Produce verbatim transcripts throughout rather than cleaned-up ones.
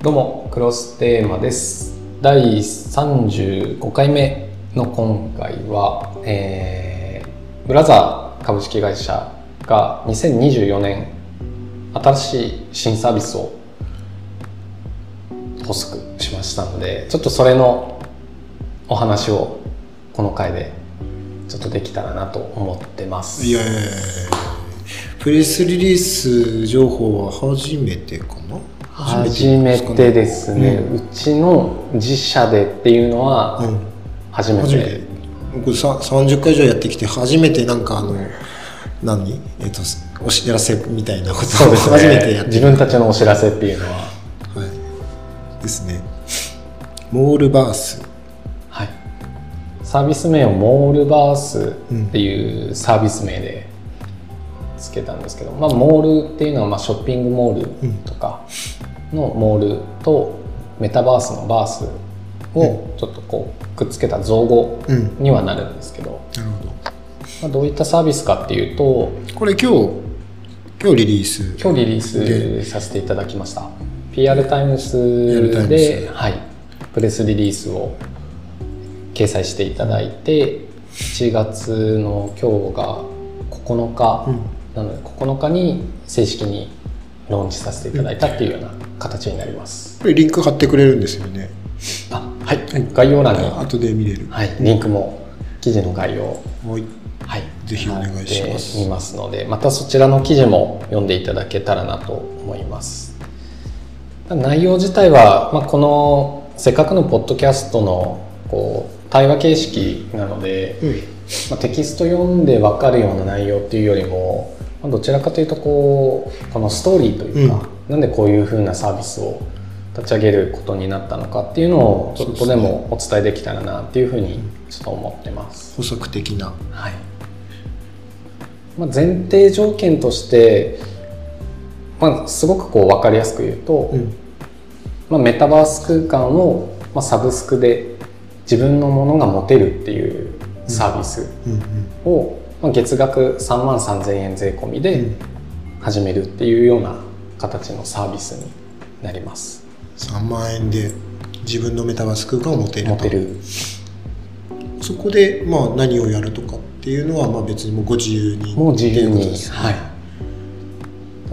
どうもクロステーマです。だいさんじゅうごかいめの今回は、えー、ブラザー株式会社がにせんにじゅうよねん新しい新サービスを発足しましたので、ちょっとそれのお話をこの回でちょっとできたらなと思ってます。 いやいやいや、プレスリリース情報は初めてかな。 初めてですね、うん、うちの自社でっていうのは初めて、うん、初めて僕ささんじゅっかい以上やってきて初めてなんかあの何、えー、とお知らせみたいなことを、 そうですね、 初めてやって自分たちのお知らせっていうのは、はい、ですね。モールバース、 はい、サービス名をモールバースっていうサービス名でつけたんですけど、まあ、モールっていうのはまあショッピングモールとかのモールとメタバースのバースをちょっとこうくっつけた造語にはなるんですけど、 うん、なるほど。 まあ、どういったサービスかっていうと、 これ今日今日リリース今日リリースさせていただきました。 ピーアール タイムスで、はい、プレスリリースを掲載していただいて、しちがつの今日がここのか、うん、なのでここのかに正式にローンチさせていただいたっていうような形になります。 これリンク貼ってくれるんですよね。 あ、はい、概要欄に後で見れる、 はい、リンクも記事の概要、 はい、 はい、 ぜひお願いします。 見ますので、またそちらの記事も読んでいただけたらなと思います。内容自体は、まあ、このせっかくのポッドキャストのこう対話形式なので、うん、まあ、テキスト読んで分かるような内容っていうよりも、まあ、どちらかというとこうこのストーリーというか、うん、なんでこういう風なサービスを立ち上げることになったのかっていうのをちょっとでもお伝えできたらなっていうふうにちょっと思ってます。 補足的な、 はい、まあ、前提条件として、まあ、すごくこう分かりやすく言うと、うん、まあ、メタバース空間を、まあ、サブスクで自分のものが持てるっていうサービスを、まあ、月額さんまんさんぜんえん税込みで始めるっていうような形のサービスになります。 さんまんえんで自分のメタバース空間を持てる持てる。 そこでまあ何をやるとかっていうのはまあ別にもうご自由にもう自由に、はい、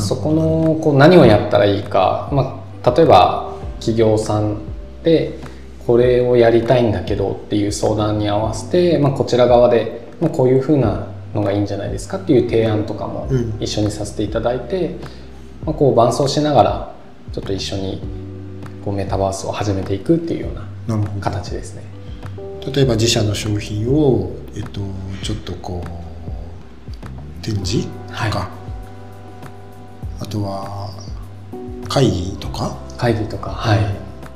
そこのこう何をやったらいいか、まあ、例えば企業さんでこれをやりたいんだけどっていう相談に合わせて、まあ、こちら側で、まあ、こういう風なのがいいんじゃないですかっていう提案とかも一緒にさせていただいて、うん、まあ、こう伴走しながらちょっと一緒にこうメタバースを始めていくっていうような形ですね。 例えば自社の商品を、えっと、ちょっとこう展示とか、はい、あとは会議とか会議とか、はい、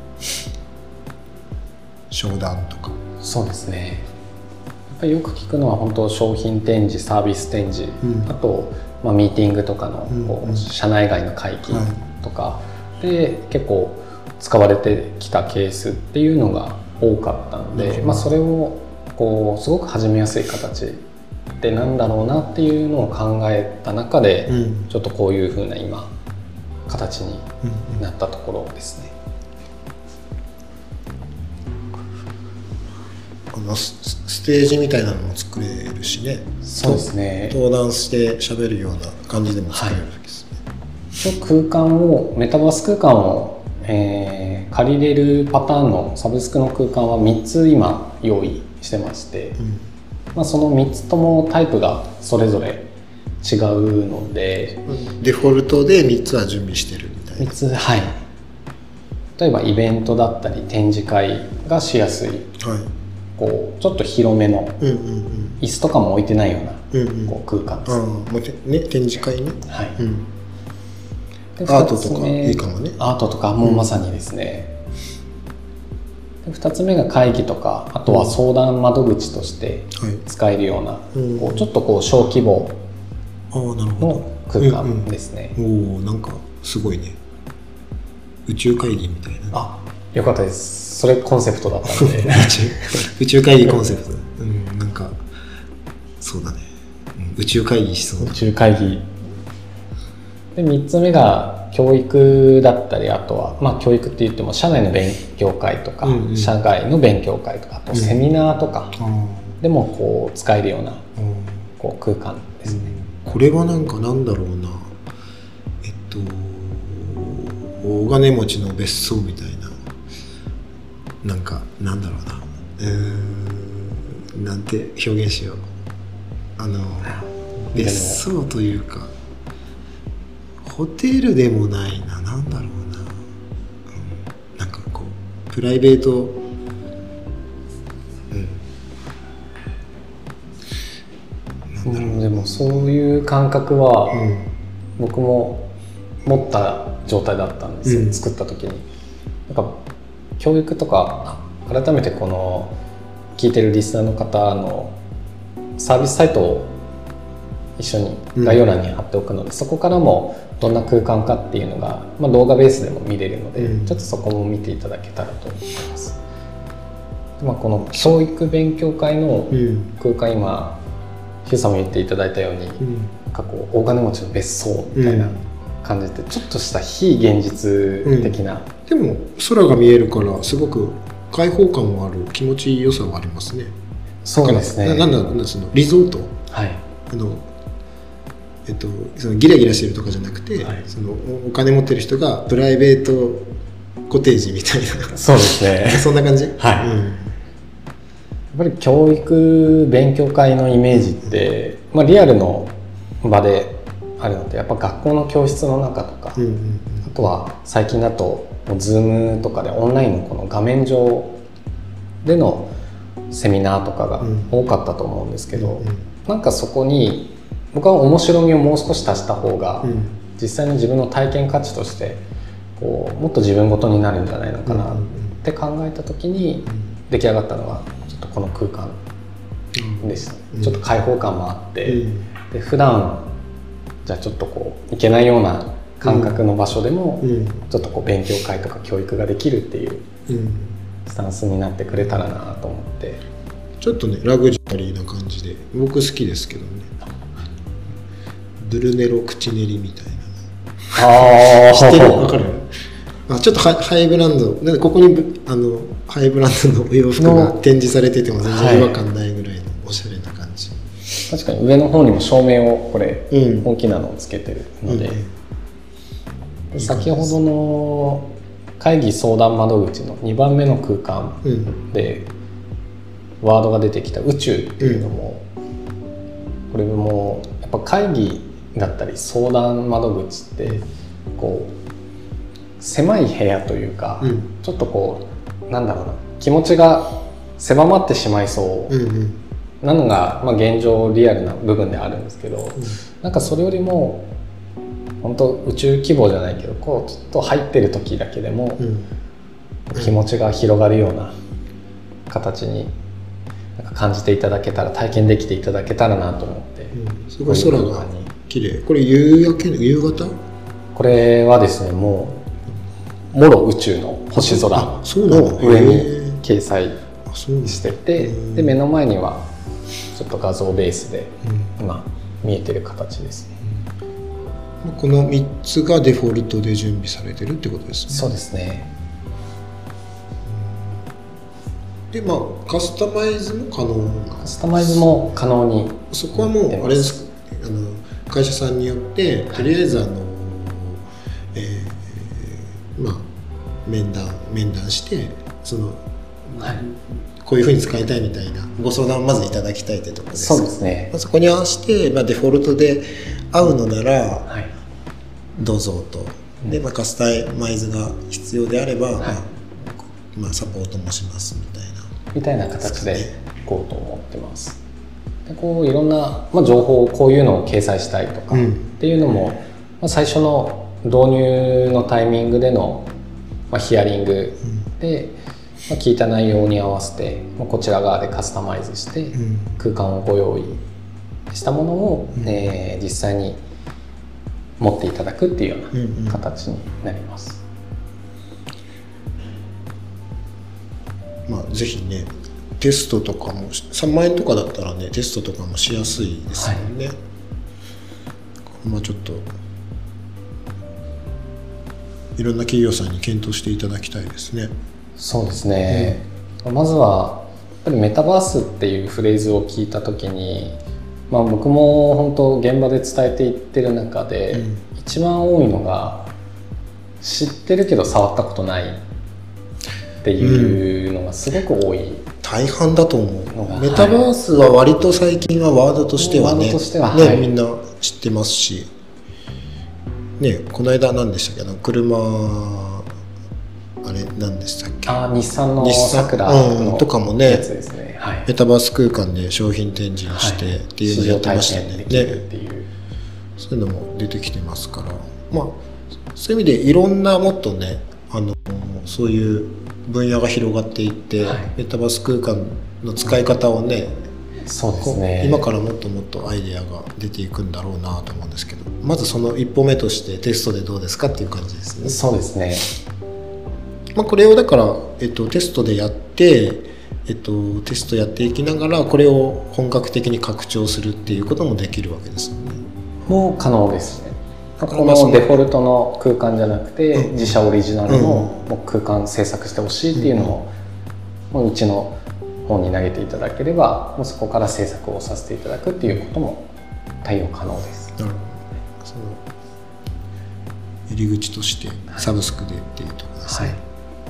商談とか。 そうですね。やっぱりよく聞くのは本当商品展示、サービス展示、うん、あと、まあ、ミーティングとかのこう、うんうん、社内外の会議とかで結構使われてきたケースっていうのが多かったので、まあ、それをこうすごく始めやすい形ってなんだろうなっていうのを考えた中で、うん、ちょっとこういう風な今形になったところですね。 あのステージみたいなのも作れるしね。 そうですね。 登壇して喋るような感じでも作れるわけですね。 はい、空間をメタバース空間をえー、借りれるパターンのサブスクの空間はみっつ今用意してまして、うん、まあ、そのみっつともタイプがそれぞれ違うので、 デフォルトでみっつは準備してるみたいな。 みっつ、はい。例えばイベントだったり展示会がしやすい、はい、こうちょっと広めの、うんうんうん、椅子とかも置いてないような、うんうん、こう空間ですね。 あ、もうね、展示会ね、はい、うん、 アートとかいいかもね。 アートとかもうまさにですね、うん、でふたつめが会議とか、あとは相談窓口として使えるような、うん、こうちょっとこう小規模の空間ですね。 うんうん、おー、なんかすごいね、宇宙会議みたいな。 あ、よかったです。それコンセプトだったので宇宙会議コンセプト、うん、なんかそうだね、うん、宇宙会議しそう。 宇宙会議でみっつめが教育だったり、あとは、まあ、教育って言っても社内の勉強会とか、うんうん、社外の勉強会とか、あとセミナーとかでもこう使えるようなこう空間ですね、 うん、これはなんかなんだろうな、えっと大金持ちの別荘みたいな、なんかなんだろうな、うーん、なんて表現しよう、あの別荘というかホテルでもないな、なんだろうな、うん、なんかこうプライベート、 うん、うん、でもそういう感覚は僕も持った状態だったんですよ、うん、作った時に。なんか教育とか改めてこの聞いてるリスナーの方のサービスサイトを一緒に概要欄に貼っておくので、うん、そこからもどんな空間かっていうのが、まあ、動画ベースでも見れるので、うん、ちょっとそこも見ていただけたらと思います。で、まあ、この教育勉強会の空間、今ヒューさんも言っていただいたように、うん、なんかこう大金持ちの別荘みたいな感じで、ちょっとした非現実的な、 うん、でも空が見えるからすごく開放感もある、気持ち良さはありますね。 そうですね。 なんだなんだそのリゾート、 はい、 あのえっと、そのギラギラしてるとかじゃなくて、はい、そのお金持ってる人がプライベートコテージみたいな、 そうですねそんな感じ、 はい、うん、やっぱり教育勉強会のイメージって、うん、まあ、リアルの場であるので、やっぱ学校の教室の中とか、うんうんうん、あとは最近だとズームとかでオンラインのこの画面上でのセミナーとかが多かったと思うんですけど、うんうんうん、なんかそこに僕は面白みをもう少し足した方が、うん、実際に自分の体験価値としてこうもっと自分ごとになるんじゃないのかなって考えた時に出来上がったのがちょっとこの空間でした、うん、ちょっと開放感もあって、うん、で普段じゃあちょっとこう行けないような感覚の場所でも、うん、ちょっとこう勉強会とか教育ができるっていうスタンスになってくれたらなと思って、 ちょっとねラグジュアリーな感じで僕好きですけどね。ブルネロ口練りみたいな。ああ、知ってる？分かる？あ、ちょっとハイ、ハイブランド、なんでここにあのハイブランドのお洋服が展示されてても全然違和感ないぐらいのおしゃれな感じ。はい、 確かに上の方にも照明をこれ、うん、大きなのをつけてるので、うん、先ほどの会議相談窓口のにばんめの空間でワードが出てきた宇宙っていうのも、うん、これもやっぱ会議だったり相談窓口ってこう狭い部屋というか、うん、ちょっとこうなんだろうな、気持ちが狭まってしまいそうなのが、まあ、現状リアルな部分であるんですけど、うん、なんかそれよりも本当宇宙規模じゃないけどこうちょっと入ってる時だけでも気持ちが広がるような形になんか感じていただけたら、体験できていただけたらなと思って、 うん、すごい空が綺麗。これ夕焼け夕方？ これはですね、もうもろ宇宙の星空を上に掲載してて、で目の前にはちょっと画像ベースで今見えてる形ですね。 うん、このみっつがデフォルトで準備されてるってことですね。 そうですね。 でまあカスタマイズも可能。 カスタマイズも可能に。 そこはもうあれですか、あの会社さんによってとりあえずあの、えー、まあ面談面談してその、はい、こういうふうに使いたいみたいなご相談をまずいただきたいってところです。 そうですね。 まあ、そこに合わせて、まあ、デフォルトで合うのなら、はい、どうぞと。で、まあ、カスタマイズが必要であれば、はい、まあまあ、サポートもしますみたいなみたいな形でいこうと思ってます。でこういろんな、まあ、情報をこういうのを掲載したいとかっていうのも、うん、まあ、最初の導入のタイミングでの、まあ、ヒアリングで、うん、まあ、聞いた内容に合わせて、まあ、こちら側でカスタマイズして空間をご用意したものを、うん、えー、実際に持っていただくっていうような形になります。 まあ、ぜひねテストとかもさんまんえんとかだったらねテストとかもしやすいですよね。はい、まあちょっといろんな企業さんに検討していただきたいですね。 そうですね、うん、まずはやっぱりメタバースっていうフレーズを聞いた時に、まあ、僕も本当現場で伝えていってる中で、うん、一番多いのが知ってるけど触ったことないっていうのがすごく多い、うん、 大半だと思う。メタバースは割と最近はワードとしてはね、 ははね、はい、みんな知ってますし、ね、この間何でしたっけ、あの車あれ何でしたっけ、 あ、日産のサクラのとかもね、 やつですね、はい、 メタバース空間で商品展示をしてっていうのをやってましたね。 はい、っていうね、そういうのも出てきてますから、まあそういう意味でいろんなもっとね、あのそういう分野が広がっていって、はい、メタバース空間の使い方をね、 そうですね、 今からもっともっとアイデアが出ていくんだろうなと思うんですけど、まずその一歩目としてテストでどうですかっていう感じですね。 そうですね、 まあ、これをだから、えっと、テストでやって、えっと、テストやっていきながらこれを本格的に拡張するっていうこともできるわけですよね。 もう可能ですね。このデフォルトの空間じゃなくて、うん、自社オリジナルの空間制作してほしいっていうのを、うん、もううちの方に投げていただければ、もうそこから制作をさせていただくっていうことも対応可能です。なるほど。 その入り口としてサブスクでっていうところですね。はい、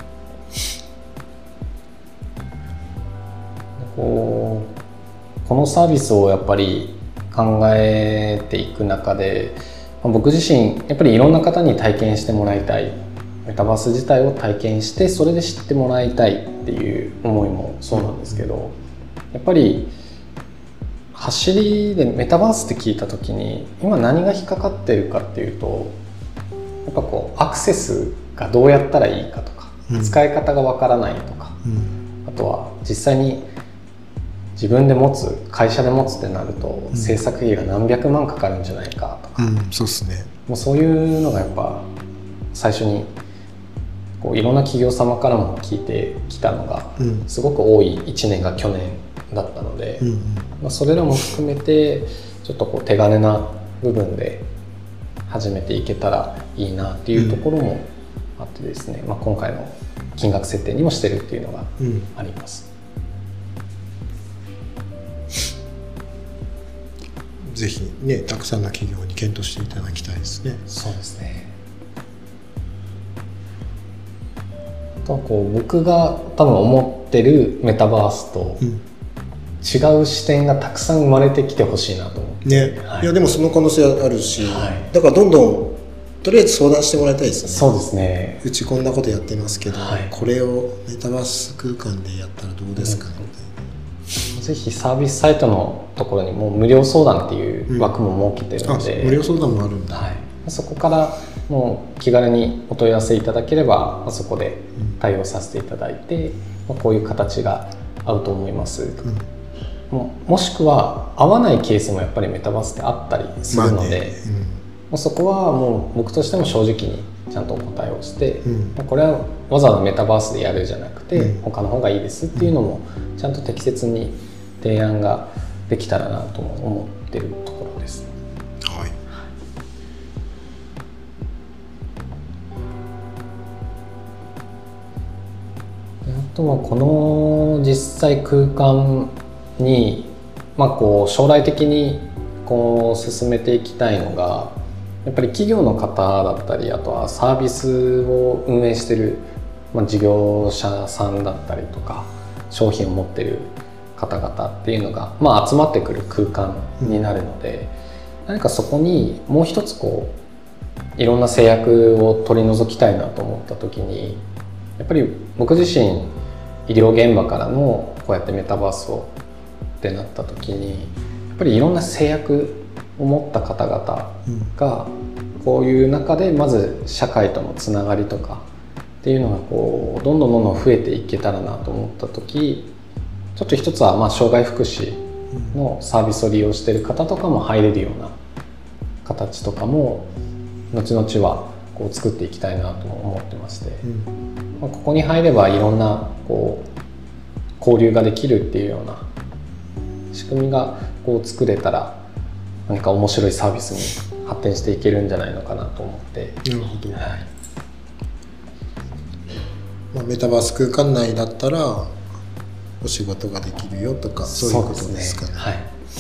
こうこのサービスをやっぱり考えていく中で、僕自身やっぱりいろんな方に体験してもらいたい、メタバース自体を体験してそれで知ってもらいたいっていう思いもそうなんですけど、やっぱり走りでメタバースって聞いた時に今何が引っかかってるかっていうと、やっぱこうアクセスがどうやったらいいかとか、うん、使い方がわからないとか、うん、あとは実際に自分で持つ会社で持つってなると、うん、制作費が何百万かかるんじゃないかとか、 うん、そうですね、 もうそういうのがやっぱ最初にこういろんな企業様からも聞いてきたのがすごく多いいちねんが去年だったので、うんうん、まあ、それらも含めてちょっとこう手兼な部分で始めていけたらいいなっていうところもあってですね、まあ、今回の金額設定にもしてるっていうのがあります。 うん、ぜひね、たくさんの企業に検討していただきたいですね。 そうですね。あとはこう僕が多分思ってるメタバースと違う視点がたくさん生まれてきてほしいなと思って、 ね、はい、いやでもその可能性あるし、はい、だからどんどんとりあえず相談してもらいたいですね。 そうですね。 うちこんなことやってますけど、はい、これをメタバース空間でやったらどうですかね、 うん、ぜひサービスサイトのところにもう無料相談っていう枠も設けてるので、 うん、無料相談もあるんだ、 はい、そこからもう気軽にお問い合わせいただければそこで対応させていただいて、うん、こういう形が合うと思いますとか、うん、も, もしくは合わないケースもやっぱりメタバースってあったりするので、まあね、うん、もうそこはもう僕としても正直にちゃんとお答えをして、うん、これはわざわざメタバースでやるじゃなくて、うん、他の方がいいですっていうのもちゃんと適切に提案ができたらなと思ってるところです。 はい、 あとはこの実際空間に、まあ、こう将来的にこう進めていきたいのがやっぱり企業の方だったり、あとはサービスを運営してる、まあ、事業者さんだったりとか商品を持ってる方々っていうのが、まあ、集まってくる空間になるので、うん、何かそこにもう一つこういろんな制約を取り除きたいなと思った時に、やっぱり僕自身医療現場からのこうやってメタバースをってなった時に、やっぱりいろんな制約を持った方々がこういう中でまず社会とのつながりとかっていうのがこうどんどんどんどん増えていけたらなと思った時、ちょっと一つはまあ障害福祉のサービスを利用している方とかも入れるような形とかも後々はこう作っていきたいなと思ってまして、まあ、ここに入ればいろんなこう交流ができるっていうような仕組みがこう作れたら何か面白いサービスに発展していけるんじゃないのかなと思って。 なるほど、はい、 まあ、メタバース空間内だったらお仕事ができるよとか、そういうことですかね。 はい、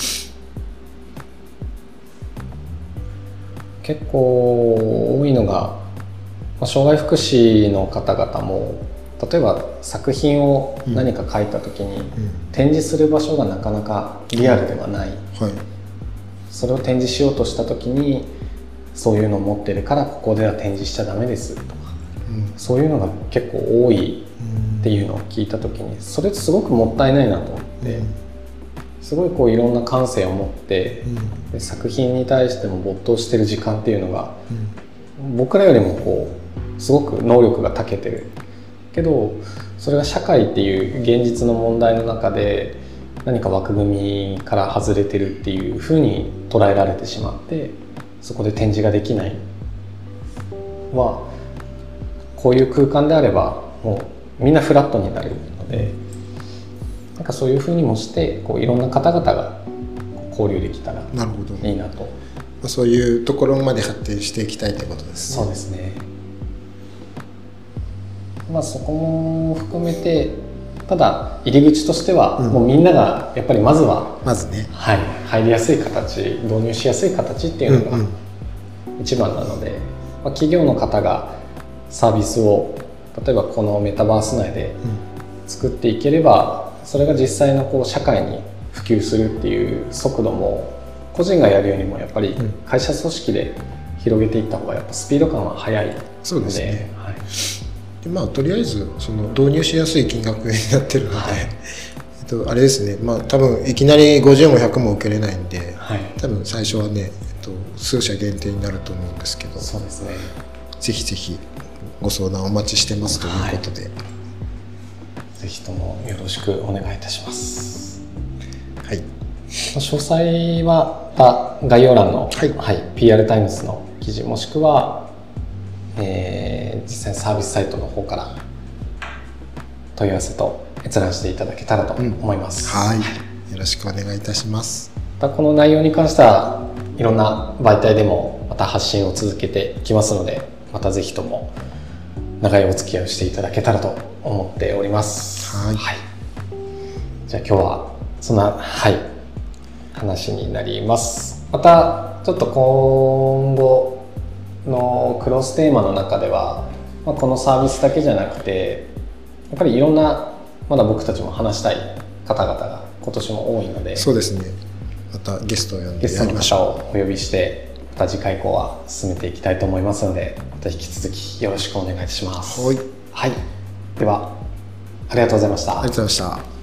結構多いのが、まあ、障害福祉の方々も例えば作品を何か書いた時に、うん、展示する場所がなかなかリアルではない、はい、それを展示しようとした時にそういうのを持ってるからここでは展示しちゃダメですとか、うん、そういうのが結構多いっていうのを聞いた時にそれってすごくもったいないなと思って、うん、すごいこういろんな感性を持って、うん、で作品に対しても没頭してる時間っていうのが、うん、僕らよりもこうすごく能力が長けてるけど、それが社会っていう現実の問題の中で何か枠組みから外れてるっていうふうに捉えられてしまって、そこで展示ができないはこういう空間であればもうみんなフラットになるので、なんかそういうふうにもしてこういろんな方々が交流できたらいいなと。 そういうところまで発展していきたいということですね。 そうですね。まあそこも含めて、ただ入り口としては、うん、もうみんながやっぱりまずはまずね、 はい、入りやすい形、導入しやすい形っていうのが一番なので、うんうん、まあ、企業の方がサービスを例えばこのメタバース内で作っていければ、それが実際のこう社会に普及するっていう速度も個人がやるよりもやっぱり会社組織で広げていった方がやっぱスピード感は速いので、 そうですね、はい、でまあ、とりあえずその導入しやすい金額になってるので、はい、えっと、あれですね、まあ、多分いきなりごじゅうもひゃくも受けれないんで、はい、多分最初はね、えっと、数社限定になると思うんですけど、 そうですね、 ぜひぜひご相談お待ちしてますということで、はい、 ぜひともよろしくお願いいたします。 はい、 詳細はまた概要欄の、はいはい、ピーアール タイムズの記事もしくは、えー、実際サービスサイトの方から問い合わせと閲覧していただけたらと思います、 うん、はい、よろしくお願いいたします。 またこの内容に関してはいろんな媒体でもまた発信を続けていきますので、またぜひとも長いお付き合いをしていただけたらと思っております。 はい、はい、 じゃあ今日はそんな、はい、話になります。またちょっと今後のクロステーマの中では、まあ、このサービスだけじゃなくてやっぱりいろんなまだ僕たちも話したい方々が今年も多いので、 そうですね、またゲストを呼んでゲストの方をお呼びしてまた次回以降は進めていきたいと思いますので、また引き続きよろしくお願いします。 はい、 はい、ではありがとうございました。 ありがとうございました。